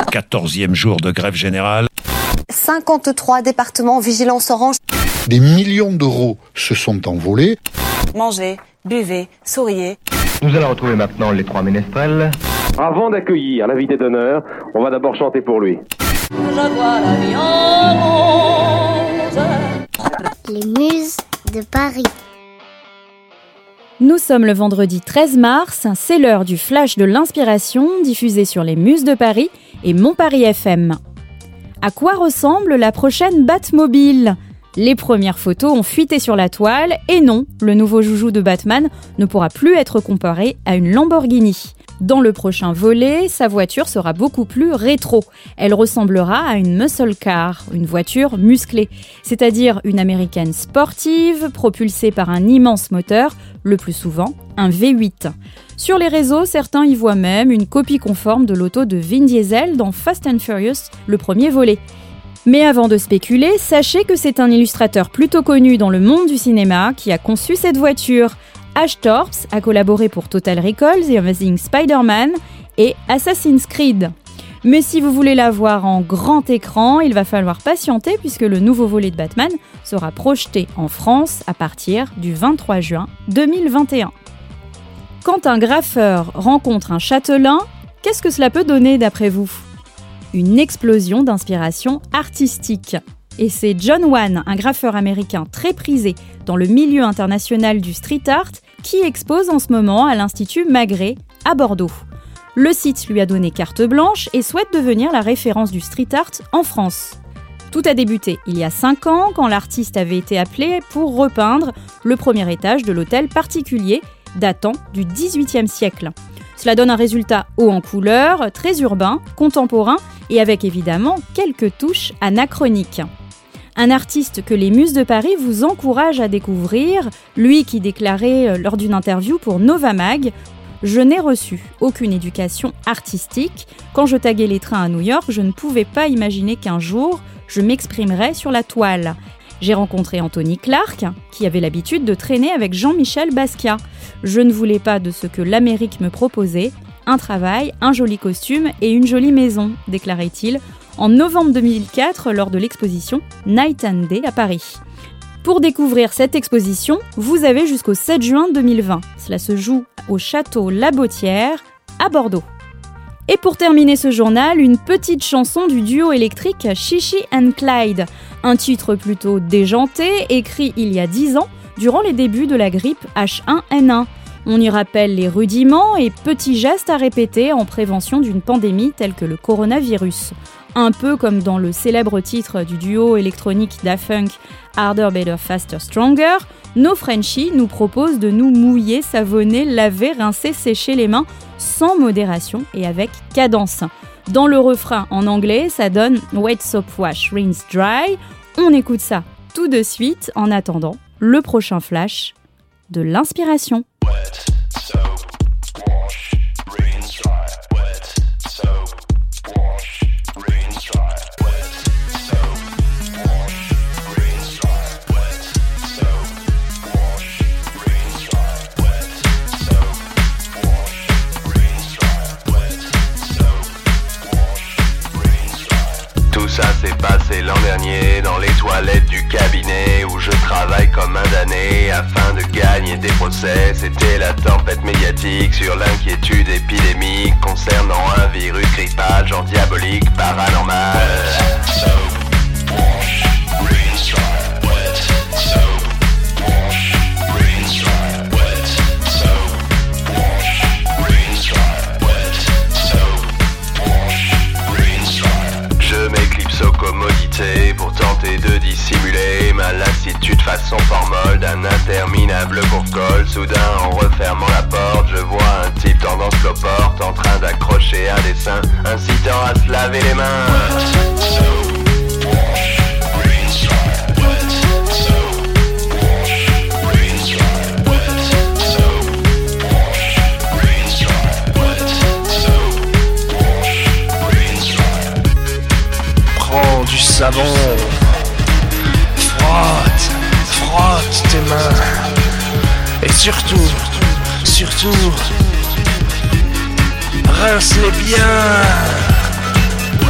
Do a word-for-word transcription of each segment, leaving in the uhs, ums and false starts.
quatorzième jour de grève générale. cinquante-trois départements en vigilance orange. Des millions d'euros se sont envolés. Mangez, buvez, souriez. Nous allons retrouver maintenant les trois ménestrels. Avant d'accueillir l'invité d'honneur, on va d'abord chanter pour lui. Je vois la vie en rose. Les Muses de Paris. Nous sommes le vendredi treize mars, c'est l'heure du flash de l'inspiration diffusé sur les Muses de Paris et Mon Paris F M. À quoi ressemble la prochaine Batmobile ? Les premières photos ont fuité sur la toile et non, le nouveau joujou de Batman ne pourra plus être comparé à une Lamborghini. Dans le prochain volet, sa voiture sera beaucoup plus rétro. Elle ressemblera à une muscle car, une voiture musclée, c'est-à-dire une américaine sportive propulsée par un immense moteur, le plus souvent un V huit. Sur les réseaux, certains y voient même une copie conforme de l'auto de Vin Diesel dans Fast and Furious, le premier volet. Mais avant de spéculer, sachez que c'est un illustrateur plutôt connu dans le monde du cinéma qui a conçu cette voiture. Ash Torps a collaboré pour Total Recall, The Amazing Spider-Man et Assassin's Creed. Mais si vous voulez la voir en grand écran, il va falloir patienter puisque le nouveau volet de Batman sera projeté en France à partir du vingt-trois juin deux mille vingt et un. Quand un graffeur rencontre un châtelain, qu'est-ce que cela peut donner d'après vous ? Une explosion d'inspiration artistique. Et c'est John Wan, un graffeur américain très prisé dans le milieu international du street art, qui expose en ce moment à l'Institut Magré à Bordeaux. Le site lui a donné carte blanche et souhaite devenir la référence du street art en France. Tout a débuté il y a cinq ans quand l'artiste avait été appelé pour repeindre le premier étage de l'hôtel particulier datant du dix-huitième siècle. Cela donne un résultat haut en couleurs, très urbain, contemporain et avec évidemment quelques touches anachroniques. Un artiste que les Muses de Paris vous encouragent à découvrir, lui qui déclarait lors d'une interview pour Nova Mag « Je n'ai reçu aucune éducation artistique. Quand je taguais les trains à New York, je ne pouvais pas imaginer qu'un jour, je m'exprimerais sur la toile. J'ai rencontré Anthony Clark, qui avait l'habitude de traîner avec Jean-Michel Basquiat. Je ne voulais pas de ce que l'Amérique me proposait, un travail, un joli costume et une jolie maison », déclarait-il en novembre deux mille quatre lors de l'exposition Night and Day à Paris. Pour découvrir cette exposition, vous avez jusqu'au sept juin deux mille vingt. Cela se joue au château La Bottière à Bordeaux. Et pour terminer ce journal, une petite chanson du duo électrique Chichi and Clyde, un titre plutôt déjanté, écrit il y a dix ans, durant les débuts de la grippe H un N un. On y rappelle les rudiments et petits gestes à répéter en prévention d'une pandémie telle que le coronavirus. Un peu comme dans le célèbre titre du duo électronique Daft Punk Harder, Better, Faster, Stronger, nos Frenchies nous proposent de nous mouiller, savonner, laver, rincer, sécher les mains sans modération et avec cadence. Dans le refrain en anglais, ça donne Wet soap wash, rinse dry. On écoute ça tout de suite en attendant le prochain flash de l'inspiration. Ça s'est passé l'an dernier dans les toilettes du cabinet où je travaille comme un damné afin de gagner des procès. C'était la tempête médiatique sur l'inquiétude épidémique concernant un virus grippal, genre diabolique, paranormal. Pour tenter de dissimuler ma lassitude façon formol d'un interminable court-col. Soudain, en refermant la porte, je vois un type tendance cloporte en train d'accrocher un dessin incitant à se laver les mains. Du savon, frotte, frotte tes mains, et surtout, surtout, rince-les bien.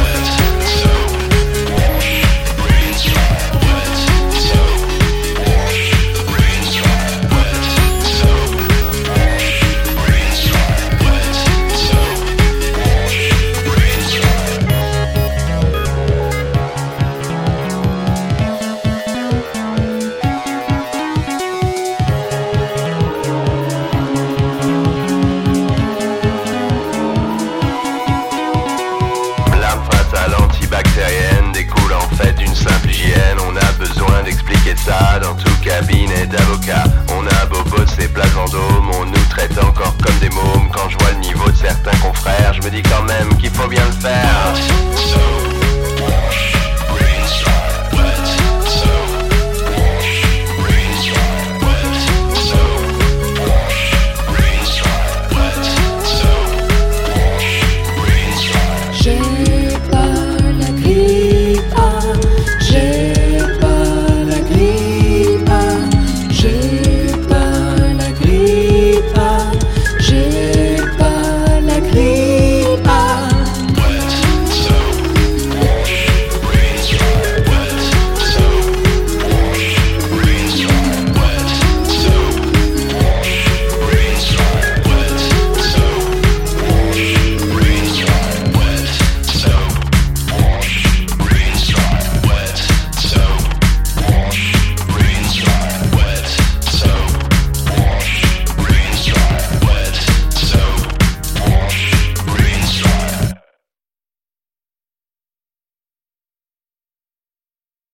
ça dans tout cabinet d'avocat. On a beau bosser place Vendôme, on nous traite encore comme des mômes. Quand je vois le niveau de certains confrères, je me dis quand même qu'il faut bien le faire.